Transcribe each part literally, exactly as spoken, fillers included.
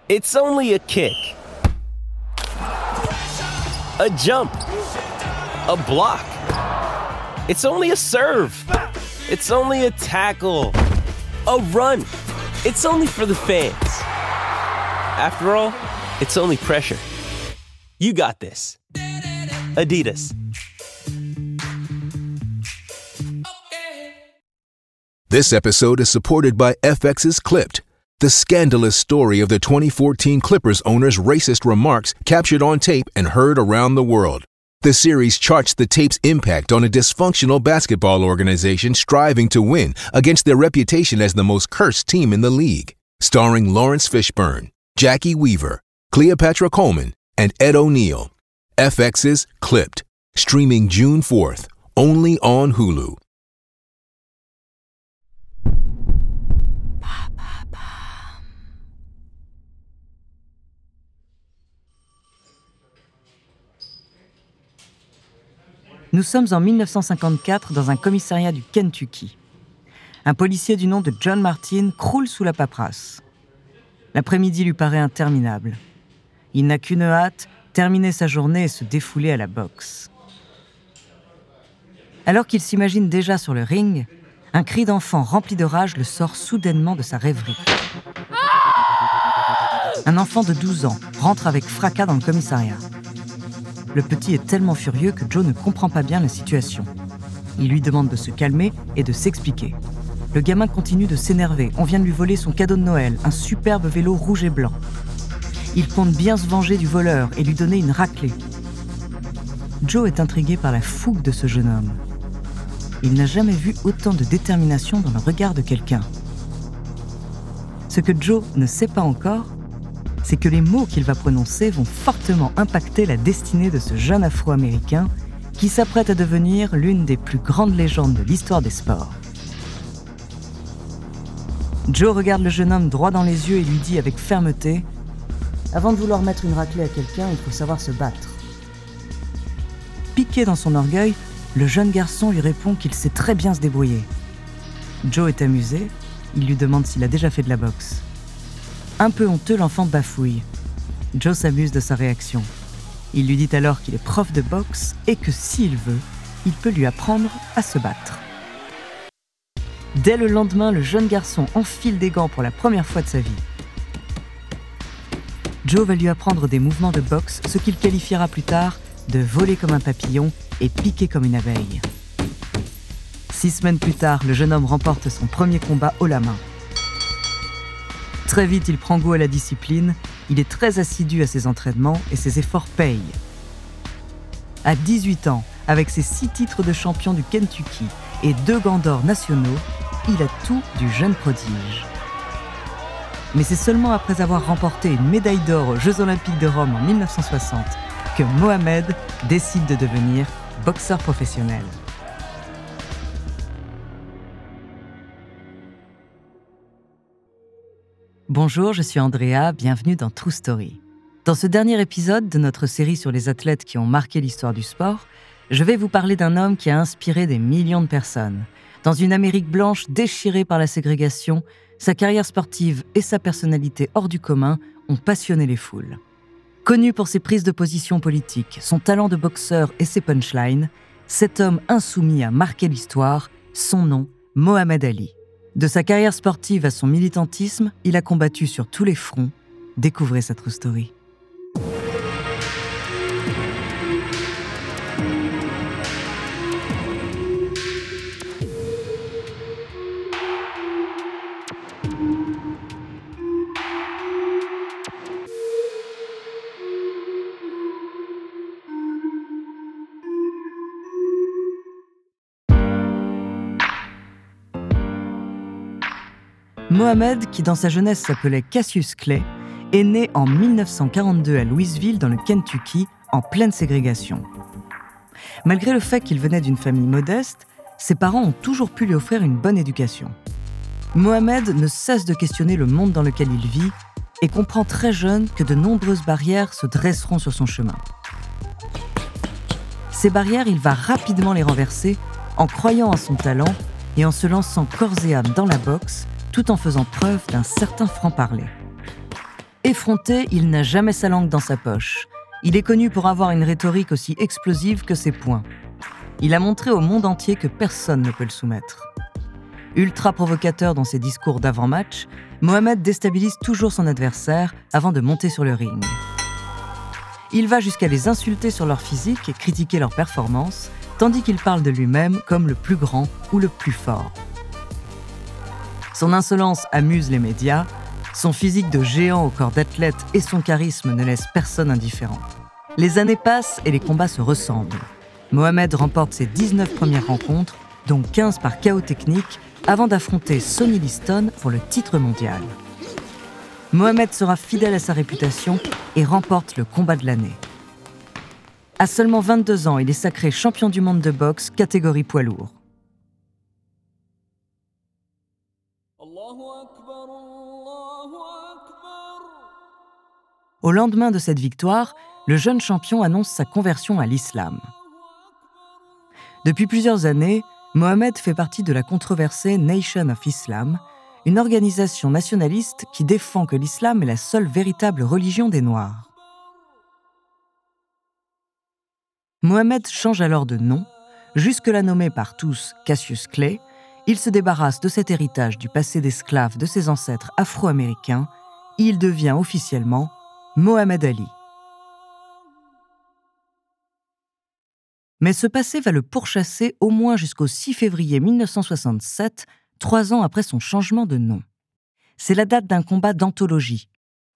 It's only a kick. A jump. A block. It's only a serve. It's only a tackle. A run. It's only for the fans. After all, it's only pressure. You got this. Adidas. This episode is supported by F X's Clipped, the scandalous story of the twenty fourteen Clippers owner's racist remarks captured on tape and heard around the world. The series charts the tape's impact on a dysfunctional basketball organization striving to win against their reputation as the most cursed team in the league. Starring Lawrence Fishburne, Jackie Weaver, Cleopatra Coleman, and Ed O'Neill. F X's Clipped, streaming June fourth, only on Hulu. Nous sommes en dix-neuf cent cinquante-quatre dans un commissariat du Kentucky. Un policier du nom de John Martin croule sous la paperasse. L'après-midi lui paraît interminable. Il n'a qu'une hâte, terminer sa journée et se défouler à la boxe. Alors qu'il s'imagine déjà sur le ring, un cri d'enfant rempli de rage le sort soudainement de sa rêverie. Un enfant de douze ans rentre avec fracas dans le commissariat. Le petit est tellement furieux que Joe ne comprend pas bien la situation. Il lui demande de se calmer et de s'expliquer. Le gamin continue de s'énerver. On vient de lui voler son cadeau de Noël, un superbe vélo rouge et blanc. Il compte bien se venger du voleur et lui donner une raclée. Joe est intrigué par la fougue de ce jeune homme. Il n'a jamais vu autant de détermination dans le regard de quelqu'un. Ce que Joe ne sait pas encore, c'est que les mots qu'il va prononcer vont fortement impacter la destinée de ce jeune Afro-Américain qui s'apprête à devenir l'une des plus grandes légendes de l'histoire des sports. Joe regarde le jeune homme droit dans les yeux et lui dit avec fermeté « Avant de vouloir mettre une raclée à quelqu'un, il faut savoir se battre. » Piqué dans son orgueil, le jeune garçon lui répond qu'il sait très bien se débrouiller. Joe est amusé, il lui demande s'il a déjà fait de la boxe. Un peu honteux, l'enfant bafouille. Joe s'amuse de sa réaction. Il lui dit alors qu'il est prof de boxe et que s'il veut, il peut lui apprendre à se battre. Dès le lendemain, le jeune garçon enfile des gants pour la première fois de sa vie. Joe va lui apprendre des mouvements de boxe, ce qu'il qualifiera plus tard de voler comme un papillon et piquer comme une abeille. Six semaines plus tard, le jeune homme remporte son premier combat haut la main. Très vite, il prend goût à la discipline, il est très assidu à ses entraînements et ses efforts payent. À dix-huit ans, avec ses six titres de champion du Kentucky et deux gants d'or nationaux, il a tout du jeune prodige. Mais c'est seulement après avoir remporté une médaille d'or aux Jeux Olympiques de Rome en dix-neuf cent soixante que Mohamed décide de devenir boxeur professionnel. Bonjour, je suis Andrea, bienvenue dans True Story. Dans ce dernier épisode de notre série sur les athlètes qui ont marqué l'histoire du sport, je vais vous parler d'un homme qui a inspiré des millions de personnes. Dans une Amérique blanche déchirée par la ségrégation, sa carrière sportive et sa personnalité hors du commun ont passionné les foules. Connu pour ses prises de position politiques, son talent de boxeur et ses punchlines, cet homme insoumis a marqué l'histoire, son nom, Mohamed Ali. De sa carrière sportive à son militantisme, il a combattu sur tous les fronts. Découvrez sa true story. Mohamed, qui dans sa jeunesse s'appelait Cassius Clay, est né en dix-neuf cent quarante-deux à Louisville, dans le Kentucky, en pleine ségrégation. Malgré le fait qu'il venait d'une famille modeste, ses parents ont toujours pu lui offrir une bonne éducation. Mohamed ne cesse de questionner le monde dans lequel il vit et comprend très jeune que de nombreuses barrières se dresseront sur son chemin. Ces barrières, il va rapidement les renverser en croyant en son talent et en se lançant corps et âme dans la boxe, tout en faisant preuve d'un certain franc-parler. Effronté, il n'a jamais sa langue dans sa poche. Il est connu pour avoir une rhétorique aussi explosive que ses poings. Il a montré au monde entier que personne ne peut le soumettre. Ultra provocateur dans ses discours d'avant-match, Mohamed déstabilise toujours son adversaire avant de monter sur le ring. Il va jusqu'à les insulter sur leur physique et critiquer leur performance, tandis qu'il parle de lui-même comme le plus grand ou le plus fort. Son insolence amuse les médias, son physique de géant au corps d'athlète et son charisme ne laissent personne indifférent. Les années passent et les combats se ressemblent. Mohamed remporte ses dix-neuf premières rencontres, dont quinze par K O technique, avant d'affronter Sonny Liston pour le titre mondial. Mohamed sera fidèle à sa réputation et remporte le combat de l'année. À seulement vingt-deux ans, il est sacré champion du monde de boxe catégorie poids lourd. Au lendemain de cette victoire, le jeune champion annonce sa conversion à l'islam. Depuis plusieurs années, Mohamed fait partie de la controversée Nation of Islam, une organisation nationaliste qui défend que l'islam est la seule véritable religion des Noirs. Mohamed change alors de nom, jusque-là nommé par tous Cassius Clay. Il se débarrasse de cet héritage du passé d'esclave de ses ancêtres afro-américains et il devient officiellement Mohamed Ali. Mais ce passé va le pourchasser au moins jusqu'au six février mille neuf cent soixante-sept, trois ans après son changement de nom. C'est la date d'un combat d'anthologie.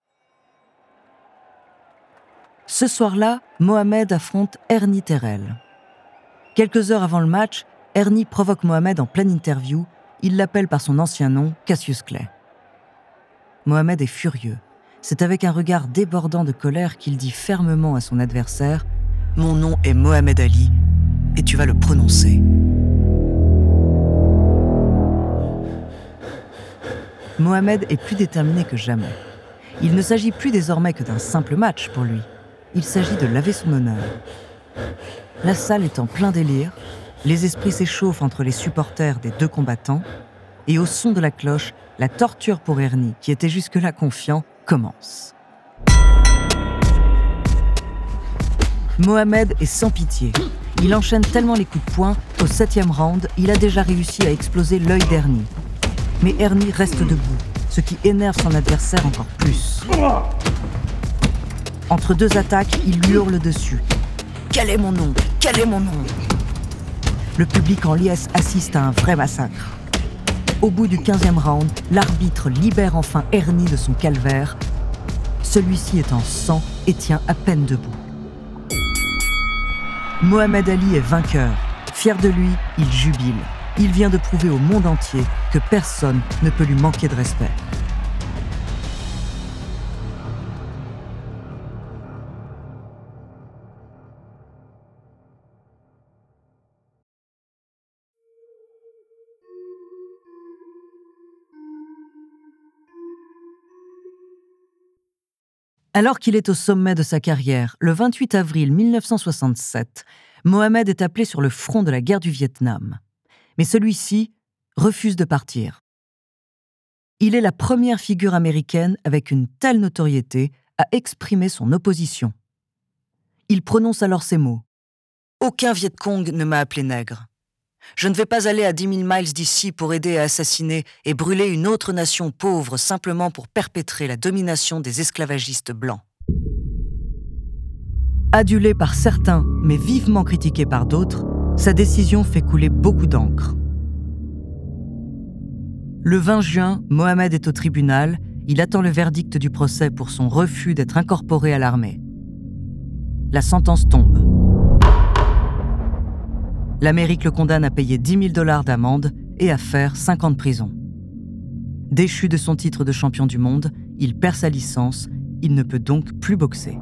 Ce soir-là, Mohamed affronte Ernie Terrell. Quelques heures avant le match, Ernie provoque Mohamed en pleine interview. Il l'appelle par son ancien nom, Cassius Clay. Mohamed est furieux. C'est avec un regard débordant de colère qu'il dit fermement à son adversaire « Mon nom est Mohamed Ali, et tu vas le prononcer. » Mohamed est plus déterminé que jamais. Il ne s'agit plus désormais que d'un simple match pour lui. Il s'agit de laver son honneur. La salle est en plein délire, les esprits s'échauffent entre les supporters des deux combattants, et au son de la cloche, la torture pour Ernie, qui était jusque-là confiant, commence. Mohamed est sans pitié. Il enchaîne tellement les coups de poing qu'au septième round, il a déjà réussi à exploser l'œil d'Ernie. Mais Ernie reste debout, ce qui énerve son adversaire encore plus. Entre deux attaques, il lui hurle dessus. « Quel est mon nom ? Quel est mon nom ?» Le public en liesse assiste à un vrai massacre. Au bout du quinzième round, l'arbitre libère enfin Ernie de son calvaire. Celui-ci est en sang et tient à peine debout. Mohamed Ali est vainqueur. Fier de lui, il jubile. Il vient de prouver au monde entier que personne ne peut lui manquer de respect. Alors qu'il est au sommet de sa carrière, le vingt-huit avril mille neuf cent soixante-sept, Mohamed est appelé sur le front de la guerre du Vietnam. Mais celui-ci refuse de partir. Il est la première figure américaine avec une telle notoriété à exprimer son opposition. Il prononce alors ces mots. « Aucun Viet Cong ne m'a appelé nègre. Je ne vais pas aller à dix mille miles d'ici pour aider à assassiner et brûler une autre nation pauvre simplement pour perpétrer la domination des esclavagistes blancs. » Adulé par certains, mais vivement critiqué par d'autres, sa décision fait couler beaucoup d'encre. Le vingt juin, Mohamed est au tribunal. Il attend le verdict du procès pour son refus d'être incorporé à l'armée. La sentence tombe. L'Amérique le condamne à payer dix mille dollars d'amende et à faire cinq ans de prison. Déchu de son titre de champion du monde, il perd sa licence. Il ne peut donc plus boxer.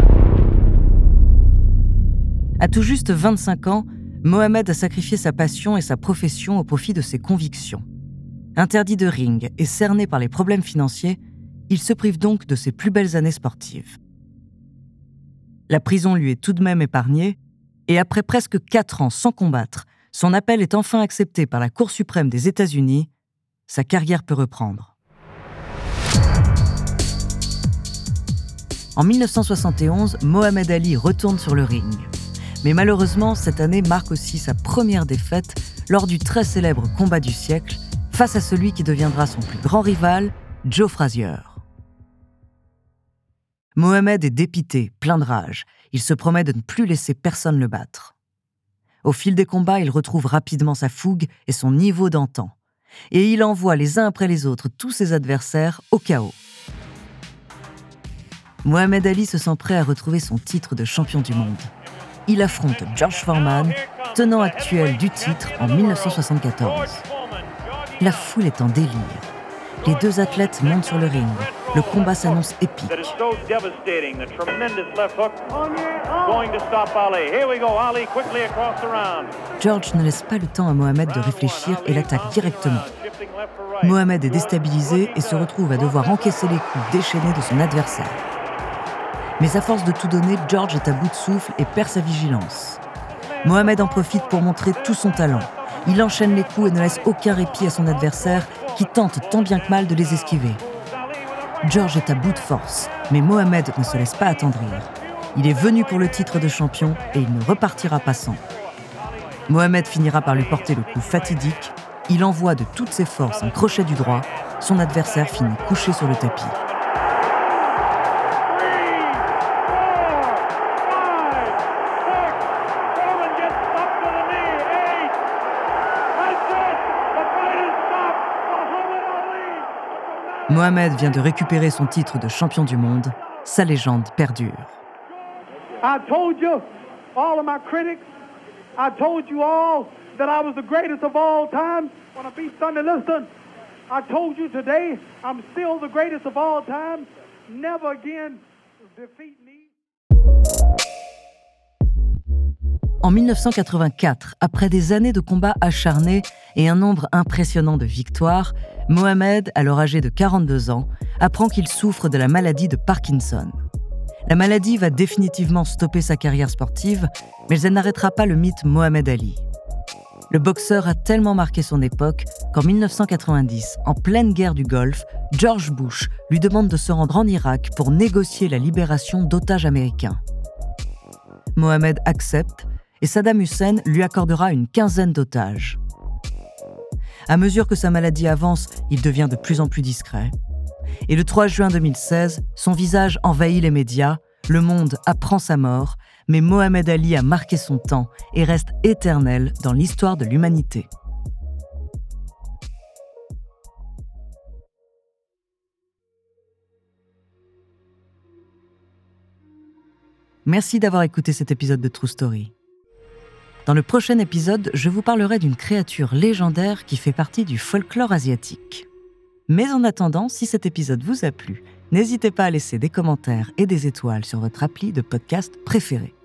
À tout juste vingt-cinq ans, Mohamed a sacrifié sa passion et sa profession au profit de ses convictions. Interdit de ring et cerné par les problèmes financiers, il se prive donc de ses plus belles années sportives. La prison lui est tout de même épargnée, et après presque quatre ans sans combattre, son appel est enfin accepté par la Cour suprême des États-Unis. Sa carrière peut reprendre. En dix-neuf cent soixante et onze, Mohamed Ali retourne sur le ring. Mais malheureusement, cette année marque aussi sa première défaite lors du très célèbre combat du siècle face à celui qui deviendra son plus grand rival, Joe Frazier. Mohamed est dépité, plein de rage. Il se promet de ne plus laisser personne le battre. Au fil des combats, il retrouve rapidement sa fougue et son niveau d'antan. Et il envoie les uns après les autres tous ses adversaires au chaos. Mohamed Ali se sent prêt à retrouver son titre de champion du monde. Il affronte George Foreman, tenant actuel du titre en dix-neuf cent soixante-quatorze. La foule est en délire. Les deux athlètes montent sur le ring. Le combat s'annonce épique. George ne laisse pas le temps à Mohamed de réfléchir et l'attaque directement. Mohamed est déstabilisé et se retrouve à devoir encaisser les coups déchaînés de son adversaire. Mais à force de tout donner, George est à bout de souffle et perd sa vigilance. Mohamed en profite pour montrer tout son talent. Il enchaîne les coups et ne laisse aucun répit à son adversaire, qui tente tant bien que mal de les esquiver. George est à bout de force, mais Mohamed ne se laisse pas attendrir. Il est venu pour le titre de champion et il ne repartira pas sans. Mohamed finira par lui porter le coup fatidique. Il envoie de toutes ses forces un crochet du droit. Son adversaire finit couché sur le tapis. Mohamed vient de récupérer son titre de champion du monde. Sa légende perdure. I told you, all of my critics, I told you all that I was the greatest of all time when I beat Sonny Liston. I told you today, I'm still the greatest of all time. Never again defeat me. En dix-neuf cent quatre-vingt-quatre, après des années de combats acharnés et un nombre impressionnant de victoires, Mohamed, alors âgé de quarante-deux ans, apprend qu'il souffre de la maladie de Parkinson. La maladie va définitivement stopper sa carrière sportive, mais elle n'arrêtera pas le mythe Mohamed Ali. Le boxeur a tellement marqué son époque qu'en dix-neuf cent quatre-vingt-dix, en pleine guerre du Golfe, George Bush lui demande de se rendre en Irak pour négocier la libération d'otages américains. Mohamed accepte et Saddam Hussein lui accordera une quinzaine d'otages. À mesure que sa maladie avance, il devient de plus en plus discret. Et le trois juin deux mille seize, son visage envahit les médias, le monde apprend sa mort, mais Mohamed Ali a marqué son temps et reste éternel dans l'histoire de l'humanité. Merci d'avoir écouté cet épisode de True Story. Dans le prochain épisode, je vous parlerai d'une créature légendaire qui fait partie du folklore asiatique. Mais en attendant, si cet épisode vous a plu, n'hésitez pas à laisser des commentaires et des étoiles sur votre appli de podcast préféré.